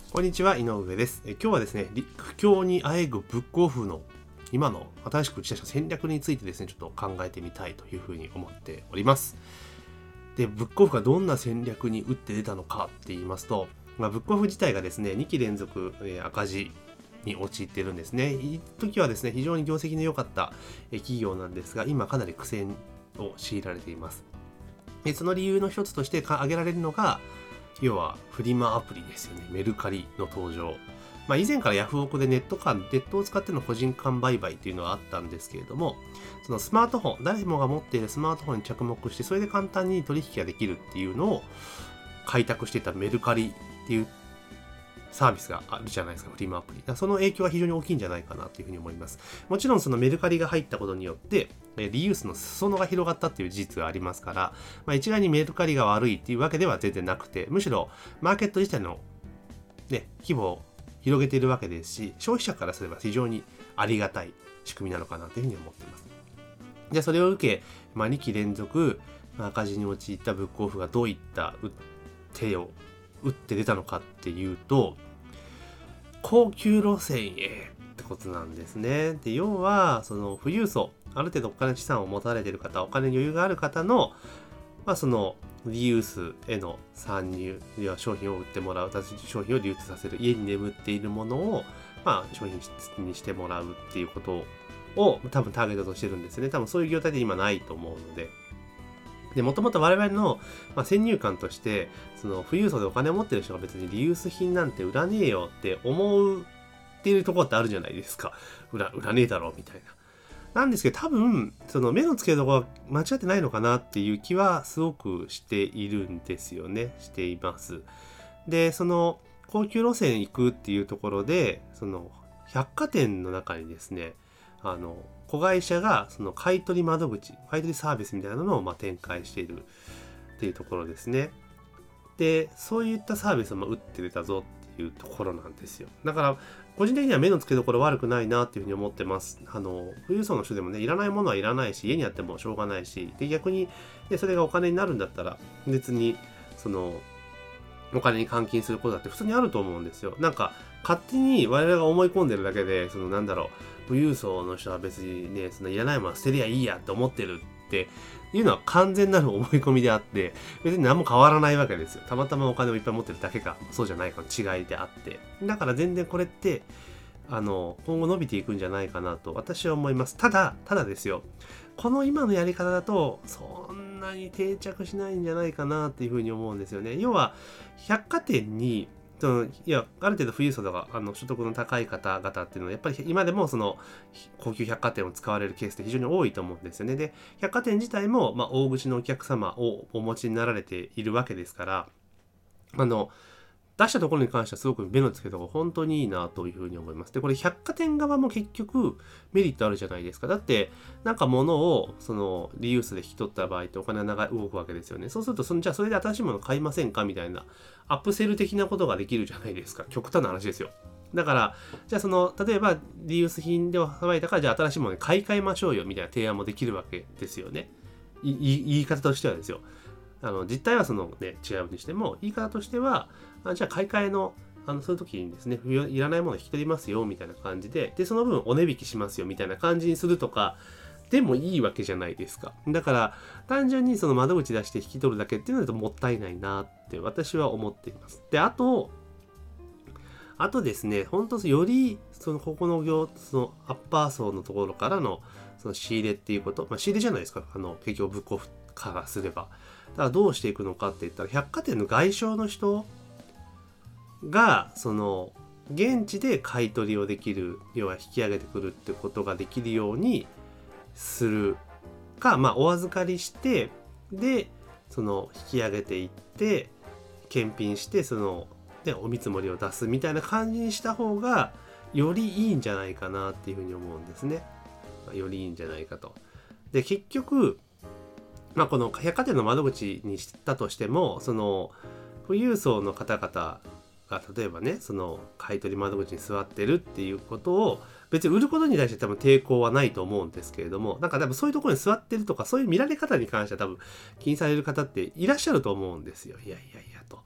こんにちは、井上です。今日はですね、苦境にあえぐブックオフの今の新しく打ち出した戦略についてですね、ちょっと考えてみたいというふうに思っております。で、ブックオフがどんな戦略に打って出たのかって言いますと、ブックオフ自体がですね、2期連続赤字に陥っているんですね。一時はですね、非常に業績の良かった企業なんですが、今かなり苦戦を強いられています。その理由の一つとして挙げられるのが、要はフリマアプリですよね。メルカリの登場。以前からヤフオクでネットを使っての個人間売買っていうのはあったんですけれども、そのスマートフォン、誰もが持っているスマートフォンに着目して、それで簡単に取引ができるっていうのを開拓していたメルカリっていうサービスがあるじゃないですか、フリマアプリ。その影響は非常に大きいんじゃないかなというふうに思います。もちろんそのメルカリが入ったことによって、リユースの裾野が広がったっていう事実がありますから、一概にメルカリが悪いっていうわけでは全然なくて、むしろマーケット自体の、規模を広げているわけですし、消費者からすれば非常にありがたい仕組みなのかなというふうに思っています。じゃあそれを受け、2期連続赤字に陥ったブックオフがどういった手を打って出たのかっていうと、高級路線へってことなんですね。で、要はその富裕層、ある程度お金資産を持たれている方、お金に余裕がある方の、そのリユースへの参入、商品を売ってもらう、商品を流通させる、家に眠っているものを、商品にしてもらうっていうことを多分ターゲットとしてるんですね。多分そういう業態で今ないと思うので。で、もともと我々の、先入観として、その富裕層でお金を持ってる人が別にリユース品なんて売らねえよって思っているところってあるじゃないですか。売らねえだろみたいな。なんですけど、多分その目の付けどころは間違ってないのかなっていう気はすごくしているんですよね。しています。で、その高級路線行くっていうところで、その百貨店の中にですね、子会社がその買取窓口、買取サービスみたいなのを展開しているっていうところですね。で、そういったサービスを打って出たぞっていうところなんですよ。だから個人的には目の付けどころ悪くないなっていうふうに思ってます。富裕層の人でもね、いらないものはいらないし、家にあってもしょうがないし、で逆にそれがお金になるんだったら別にそのお金に換金することだって普通にあると思うんですよ。なんか勝手に我々が思い込んでるだけで、その富裕層の人は別にね、そのいらないものは捨てりゃいいやって思ってるっていうのは完全なる思い込みであって、別に何も変わらないわけですよ。たまたまお金をいっぱい持ってるだけか、そうじゃないかの違いであって。だから全然これって、今後伸びていくんじゃないかなと私は思います。ただですよ。この今のやり方だと、そんなに定着しないんじゃないかなっていうふうに思うんですよね。要は、百貨店に、ある程度富裕層とか所得の高い方々っていうのはやっぱり今でもその高級百貨店を使われるケースって非常に多いと思うんですよね。で、百貨店自体も大口のお客様をお持ちになられているわけですから、出したところに関してはすごく目の付けどころ本当にいいなというふうに思います。で、これ百貨店側も結局メリットあるじゃないですか。だって物をそのリユースで引き取った場合ってお金が動くわけですよね。そうするとじゃあそれで新しいもの買いませんかみたいなアップセル的なことができるじゃないですか。極端な話ですよ。だからじゃあ例えばリユース品でさばいたからじゃあ新しいものに買い替えましょうよみたいな提案もできるわけですよね。言い方としてはですよ。実態は違うにしても言い方としてはじゃあ買い替えのそういう時にですね、いらないもの引き取りますよみたいな感じで、その分お値引きしますよみたいな感じにするとかでもいいわけじゃないですか。だから単純にその窓口出して引き取るだけっていうのだともったいないなって私は思っています。で、あとですね、本当よりここのそのアッパー層のところからのその仕入れっていうこと、仕入れじゃないですか。結局ブックオフからすれば。だからどうしていくのかって言ったら、百貨店の外商の人が現地で買い取りをできる、要は引き上げてくるってことができるようにするか、お預かりしてで引き上げていって検品してお見積もりを出すみたいな感じにした方がよりいいんじゃないかなっていうふうに思うんですね。よりいいんじゃないかと。で、結局この百貨店の窓口にしたとしても、富裕層の方々が例えばね、買い取り窓口に座ってるっていうことを別に売ることに対して多分抵抗はないと思うんですけれども、多分そういうところに座ってるとか、そういう見られ方に関しては多分気にされる方っていらっしゃると思うんですよ。いやと。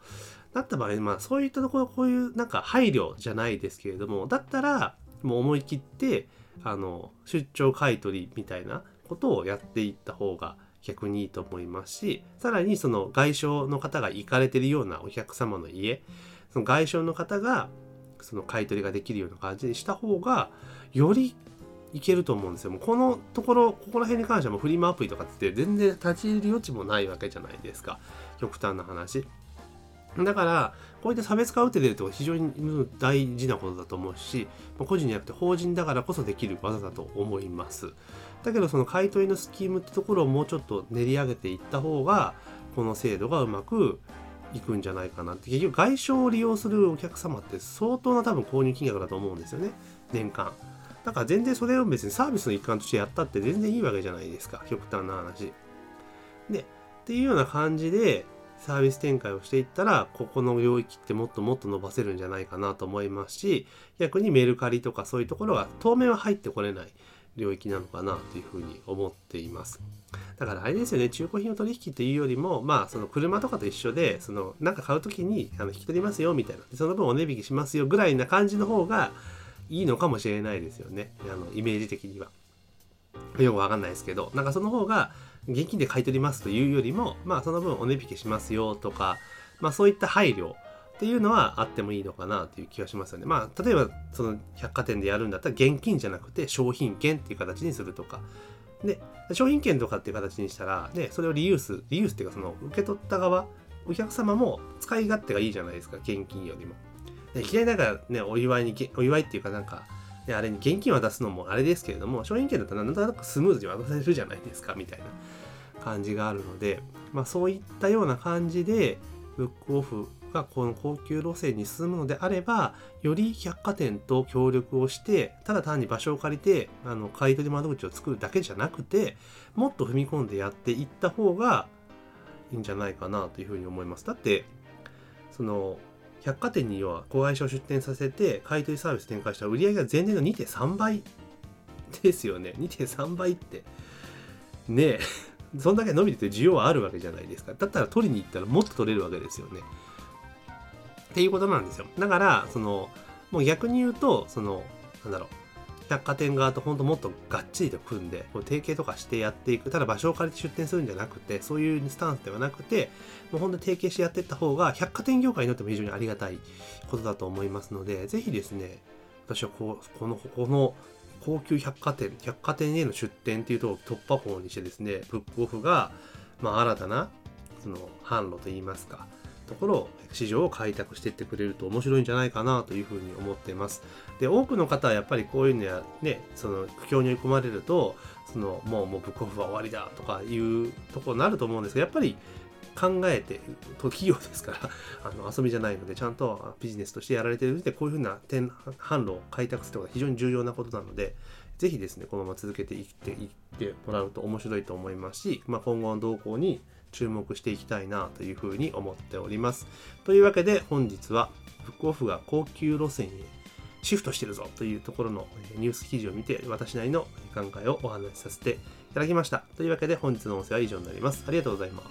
だった場合、まあそういったところ、こういうなんか配慮じゃないですけれども、だったらもう思い切って出張買い取りみたいなことをやっていった方が逆にいいと思いますし、さらにその外商の方が行かれてるようなお客様の家、その外商の方がその買い取りができるような感じにした方がよりいけると思うんですよ。もうこのところ、ここら辺に関してはもうフリマアプリとかって全然立ち入る余地もないわけじゃないですか。極端な話。だから、こういった差別化を打って出ると非常に大事なことだと思うし、個人じゃなくて法人だからこそできる技だと思います。だけど、その買い取りのスキームってところをもうちょっと練り上げていった方が、この制度がうまくいくんじゃないかなって。結局、外商を利用するお客様って相当な多分購入金額だと思うんですよね。年間。だから全然それを別にサービスの一環としてやったって全然いいわけじゃないですか。極端な話。で、っていうような感じで、サービス展開をしていったら、ここの領域ってもっともっと伸ばせるんじゃないかなと思いますし、逆にメルカリとかそういうところが当面は入ってこれない領域なのかなというふうに思っています。だからあれですよね、中古品を取引というよりも、まあその車とかと一緒で、そのなんか買うときに引き取りますよみたいな、その分お値引きしますよぐらいな感じの方がいいのかもしれないですよね。イメージ的には。よくわかんないですけど、なんかその方が現金で買い取りますというよりも、まあその分お値引きしますよとか、まあそういった配慮っていうのはあってもいいのかなという気がしますよね。まあ例えばその百貨店でやるんだったら現金じゃなくて商品券っていう形にするとか。で、商品券とかっていう形にしたら、で、それをリユースっていうかその受け取った側、お客様も使い勝手がいいじゃないですか、現金よりも。でいきなりなんかね、お祝いっていうかなんか、であれに現金渡すのもあれですけれども、商品券だったらなんとなくスムーズに渡せるじゃないですかみたいな感じがあるので、まあそういったような感じでブックオフがこの高級路線に進むのであれば、より百貨店と協力をして、ただ単に場所を借りて買い取り窓口を作るだけじゃなくて、もっと踏み込んでやっていった方がいいんじゃないかなというふうに思います。だってその百貨店に要は子会社を出店させて買い取りサービス展開したら売上が前年の 2.3 倍ですよね。2.3 倍ってねえそんだけ伸びてて需要はあるわけじゃないですか。だったら取りに行ったらもっと取れるわけですよね。っていうことなんですよ。だからもう逆に言うと百貨店側と本当もっとがっちりと組んで、提携とかしてやっていく。ただ場所を借りて出店するんじゃなくて、そういうスタンスではなくて、もう本当に提携してやっていった方が、百貨店業界にとっても非常にありがたいことだと思いますので、ぜひですね、私はこの高級百貨店への出店っていうと突破口にしてですね、ブックオフが、まあ新たな、販路といいますか、ところ市場を開拓していってくれると面白いんじゃないかなというふうに思っています。で、多くの方はやっぱりこういうのやね、苦境に追い込まれると、もうブックオフは終わりだとかいうところになると思うんですが、やっぱり考えて企業ですから遊びじゃないのでちゃんとビジネスとしてやられているので、こういうふうな販路を開拓することが非常に重要なことなので、ぜひですねこのまま続けていってもらうと面白いと思いますし、今後の動向に注目していきたいなというふうに思っております。というわけで本日はブックオフが高級路線へシフトしてるぞというところのニュース記事を見て、私なりの考えをお話しさせていただきました。というわけで本日の音声は以上になります。ありがとうございます。